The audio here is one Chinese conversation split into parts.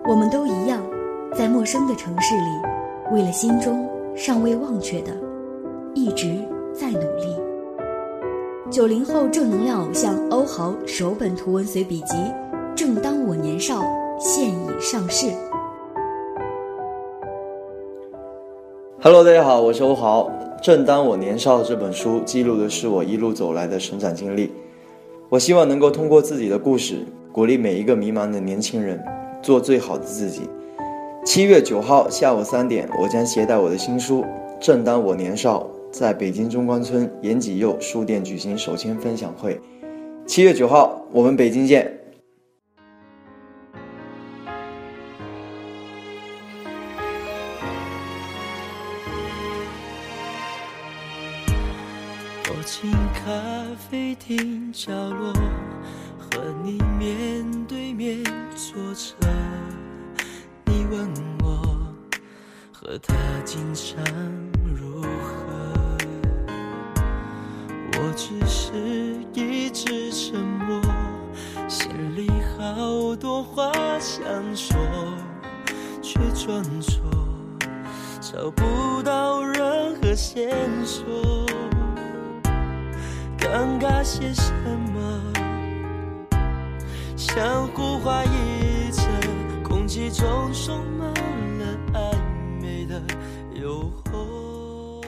我们都一样，在陌生的城市里，为了心中尚未忘却的，一直在努力。90后正能量偶像欧豪首本图文随笔集《正当我年少》现已上市。 Hello， 大家好，我是欧豪。正当我年少这本书记录的是我一路走来的成长经历。我希望能够通过自己的故事，鼓励每一个迷茫的年轻人，做最好的自己。7月9号下午3点，我将携带我的新书《正当我年少》在北京中关村延吉佑书店举行首签分享会。7月9号，我们北京见。 躲进咖啡厅角落，和你面对面坐着。你问我和他经常如何，我只是一直沉默，心里好多话想说，却装作找不到任何线索。尴尬些什么？像胡话一阵，空气中充满了暧昧的诱惑。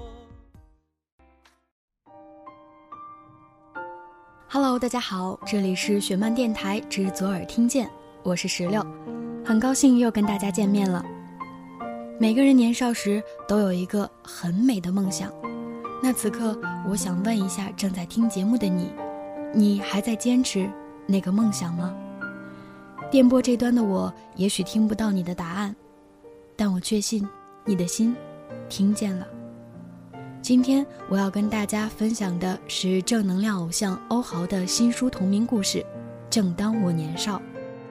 Hello， 大家好，这里是雪漫电台之左耳听见，我是16，很高兴又跟大家见面了。每个人年少时都有一个很美的梦想，那此刻我想问一下正在听节目的你还在坚持那个梦想吗？电波这端的我也许听不到你的答案，但我确信你的心听见了。今天我要跟大家分享的是正能量偶像欧豪的新书同名故事《正当我年少》。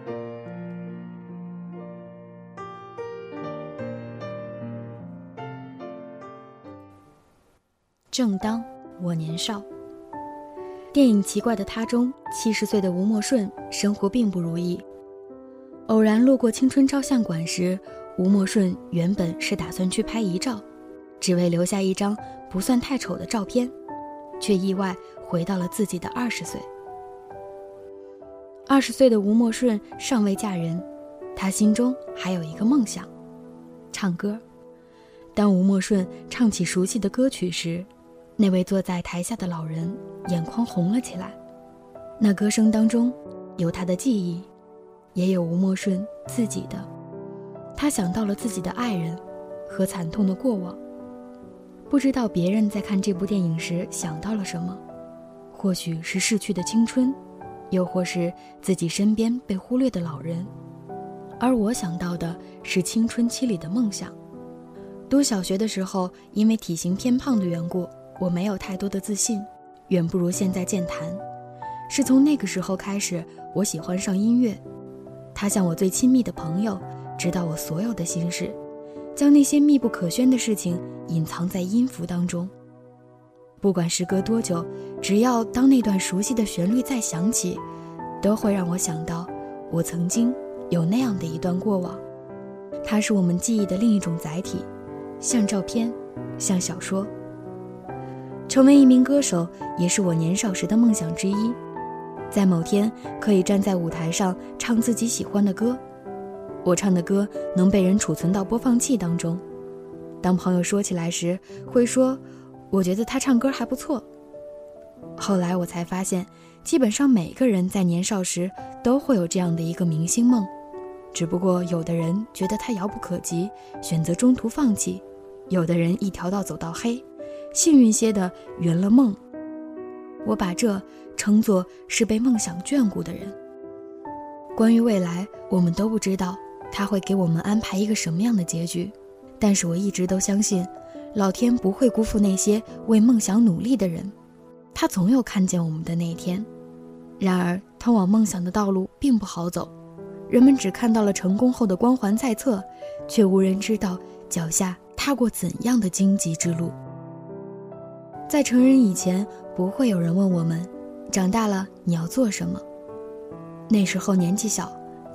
正当我年少。电影《奇怪的他》中，70岁的吴莫顺生活并不如意。偶然路过青春照相馆时，吴莫顺原本是打算去拍遗照，只为留下一张不算太丑的照片，却意外回到了自己的20岁。20岁的吴莫顺尚未嫁人，他心中还有一个梦想，唱歌。当吴莫顺唱起熟悉的歌曲时，那位坐在台下的老人眼眶红了起来。那歌声当中有他的记忆，也有吴莫顺自己的。他想到了自己的爱人和惨痛的过往。不知道别人在看这部电影时想到了什么，或许是逝去的青春，又或是自己身边被忽略的老人。而我想到的是青春期里的梦想。读小学的时候，因为体型偏胖的缘故，我没有太多的自信，远不如现在健谈。是从那个时候开始，我喜欢上音乐。他像我最亲密的朋友，知道我所有的心事，将那些密不可宣的事情隐藏在音符当中。不管时隔多久，只要当那段熟悉的旋律再响起，都会让我想到我曾经有那样的一段过往。它是我们记忆的另一种载体，像照片，像小说。成为一名歌手也是我年少时的梦想之一，在某天可以站在舞台上唱自己喜欢的歌，我唱的歌能被人储存到播放器当中。当朋友说起来时，会说我觉得他唱歌还不错。后来我才发现，基本上每个人在年少时都会有这样的一个明星梦，只不过有的人觉得他遥不可及，选择中途放弃，有的人一条道走到黑，幸运些的圆了梦。我把这称作是被梦想眷顾的人。关于未来，我们都不知道他会给我们安排一个什么样的结局，但是我一直都相信，老天不会辜负那些为梦想努力的人，他总有看见我们的那一天。然而通往梦想的道路并不好走，人们只看到了成功后的光环在侧，却无人知道脚下踏过怎样的荆棘之路。在成人以前，不会有人问我们长大了你要做什么。那时候年纪小，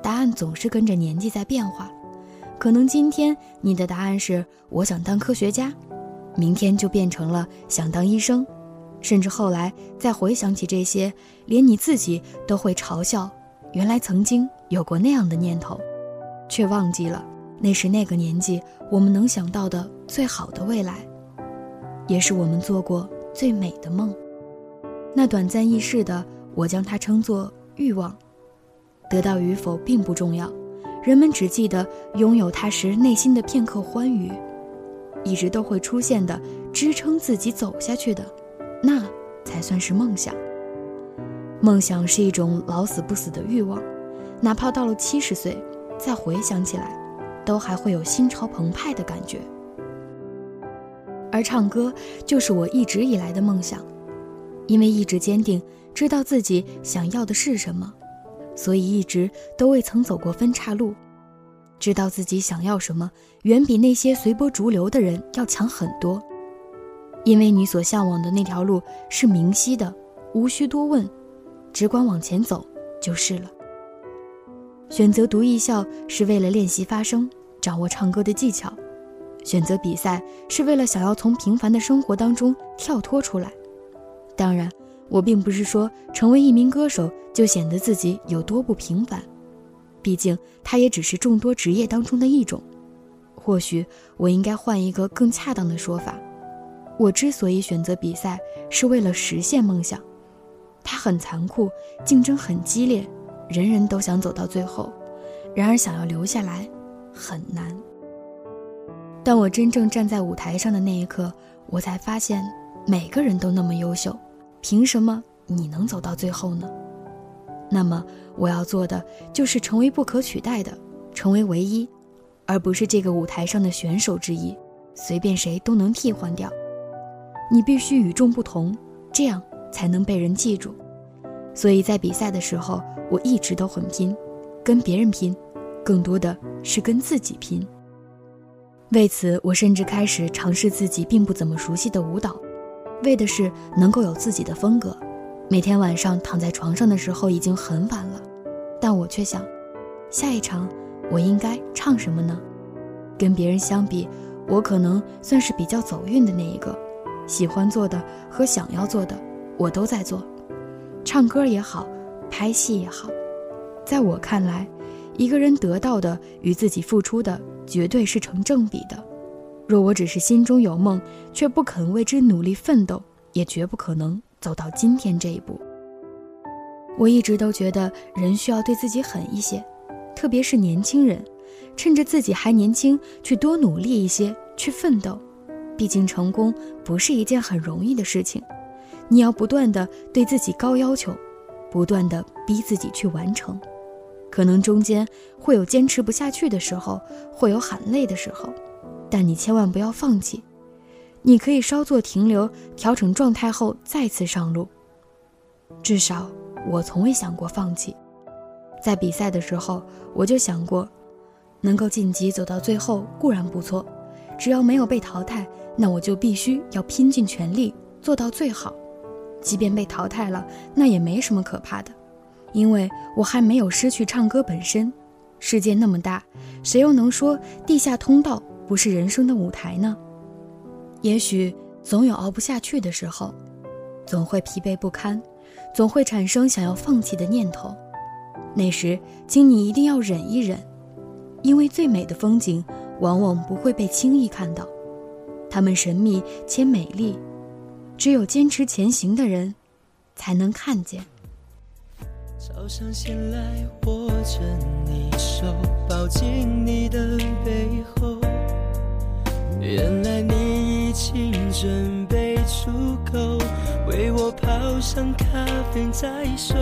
答案总是跟着年纪在变化。可能今天你的答案是我想当科学家，明天就变成了想当医生，甚至后来再回想起这些，连你自己都会嘲笑，原来曾经有过那样的念头，却忘记了那是那个年纪我们能想到的最好的未来，也是我们做过最美的梦。那短暂易逝的，我将它称作欲望，得到与否并不重要，人们只记得拥有它时内心的片刻欢愉。一直都会出现的，支撑自己走下去的，那才算是梦想。梦想是一种老死不死的欲望，哪怕到了70岁再回想起来，都还会有心潮澎湃的感觉。而唱歌就是我一直以来的梦想，因为意志坚定，知道自己想要的是什么，所以一直都未曾走过分岔路。知道自己想要什么，远比那些随波逐流的人要强很多。因为你所向往的那条路是明晰的，无需多问，只管往前走就是了。选择读艺校是为了练习发声，掌握唱歌的技巧；选择比赛是为了想要从平凡的生活当中跳脱出来。当然，我并不是说成为一名歌手就显得自己有多不平凡，毕竟它也只是众多职业当中的一种。或许我应该换一个更恰当的说法，我之所以选择比赛，是为了实现梦想。它很残酷，竞争很激烈，人人都想走到最后，然而想要留下来很难。当我真正站在舞台上的那一刻，我才发现每个人都那么优秀，凭什么你能走到最后呢？那么我要做的就是成为不可取代的，成为唯一，而不是这个舞台上的选手之一，随便谁都能替换掉。你必须与众不同，这样才能被人记住。所以在比赛的时候，我一直都很拼，跟别人拼，更多的是跟自己拼。为此，我甚至开始尝试自己并不怎么熟悉的舞蹈，为的是能够有自己的风格。每天晚上躺在床上的时候已经很晚了，但我却想，下一场我应该唱什么呢？跟别人相比，我可能算是比较走运的那一个，喜欢做的和想要做的我都在做，唱歌也好，拍戏也好。在我看来，一个人得到的与自己付出的绝对是成正比的。若我只是心中有梦，却不肯为之努力奋斗，也绝不可能走到今天这一步。我一直都觉得人需要对自己狠一些，特别是年轻人，趁着自己还年轻，去多努力一些，去奋斗。毕竟成功不是一件很容易的事情，你要不断地对自己高要求，不断地逼自己去完成。可能中间会有坚持不下去的时候，会有喊累的时候，但你千万不要放弃。你可以稍作停留，调整状态后再次上路。至少我从未想过放弃。在比赛的时候，我就想过，能够晋级走到最后固然不错，只要没有被淘汰，那我就必须要拼尽全力做到最好。即便被淘汰了，那也没什么可怕的，因为我还没有失去唱歌本身。世界那么大，谁又能说地下通道不是人生的舞台呢？也许总有熬不下去的时候，总会疲惫不堪，总会产生想要放弃的念头。那时请你一定要忍一忍，因为最美的风景往往不会被轻易看到，它们神秘且美丽，只有坚持前行的人才能看见。 早上醒来，握着你手，抱紧你的背后，原来你已经准备出口，为我泡上咖啡再说。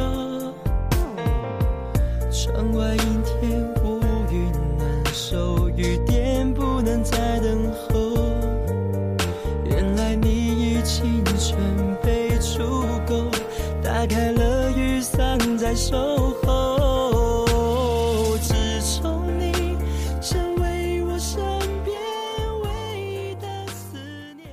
窗外阴天，乌云难收，雨点不能再等候，原来你已经准备出够，打开了雨伞在守候。自从你成为我身边唯一的思念。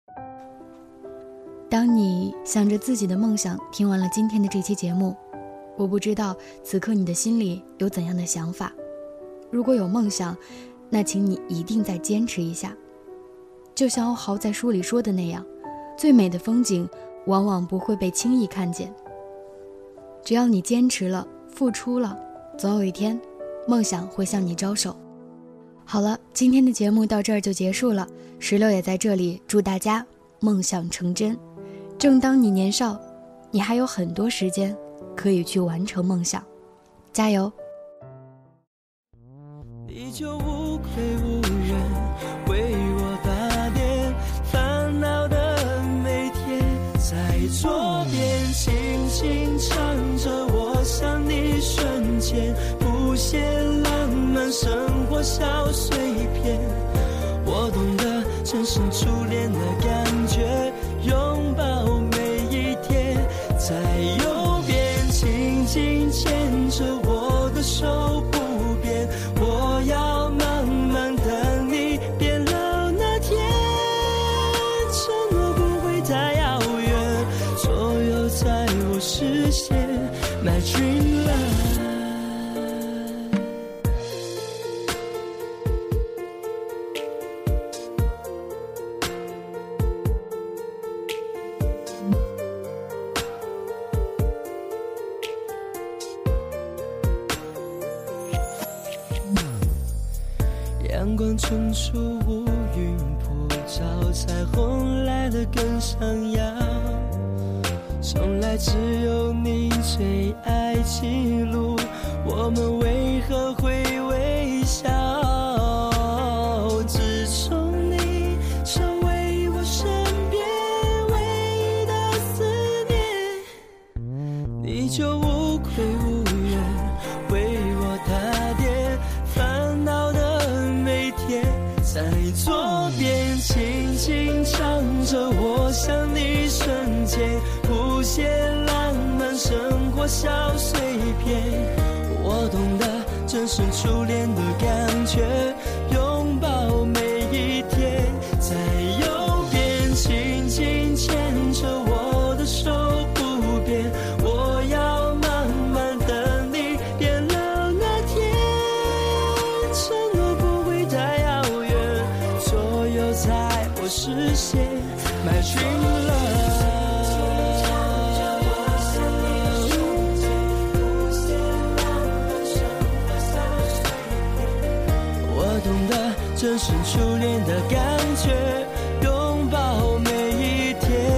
当你想着自己的梦想，听完了今天的这期节目， 我不知道此刻你的心里有怎样的想法。如果有梦想，那请你一定再坚持一下。就像欧豪在书里说的那样，最美的风景往往不会被轻易看见。只要你坚持了，付出了，总有一天梦想会向你招手。好了，今天的节目到这儿就结束了。16也在这里祝大家梦想成真。正当你年少，你还有很多时间可以去完成梦想，加油！ 你就无愧无人为我打点烦恼的每天，在左边轻轻唱着我想你瞬间不屑浪漫生活小碎片，我懂得真是初恋的感觉，拥抱每一天，在右边轻轻牵着我的手不变，我要慢慢等你变老那天，承诺不会太遥远，左右在我视线 My dream love。阳光冲出乌云普照，彩虹来得更闪耀，从来只有你最爱记录我们为何会微笑，自从你成为我身边唯一的思念，你就无愧无怨为我打点烦恼的每天，在左边轻轻唱着我想你瞬间不屑浪漫生活小碎片，我懂得真是初恋的感觉，拥抱每一天，在右边轻轻牵着我的手不变，我要慢慢等你变老那天，承诺不会太遥远，左右在我视线 My dream love。我懂得这是初恋的感觉，拥抱每一天，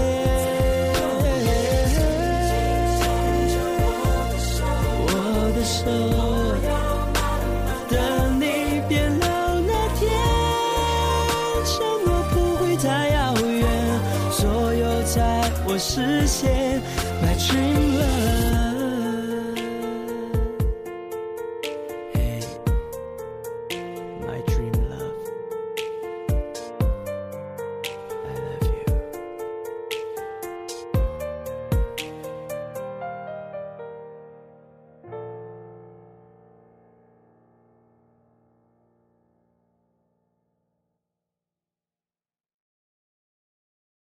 我的手等你变老那天，承诺不会太遥远，左右在我视线 My dream love。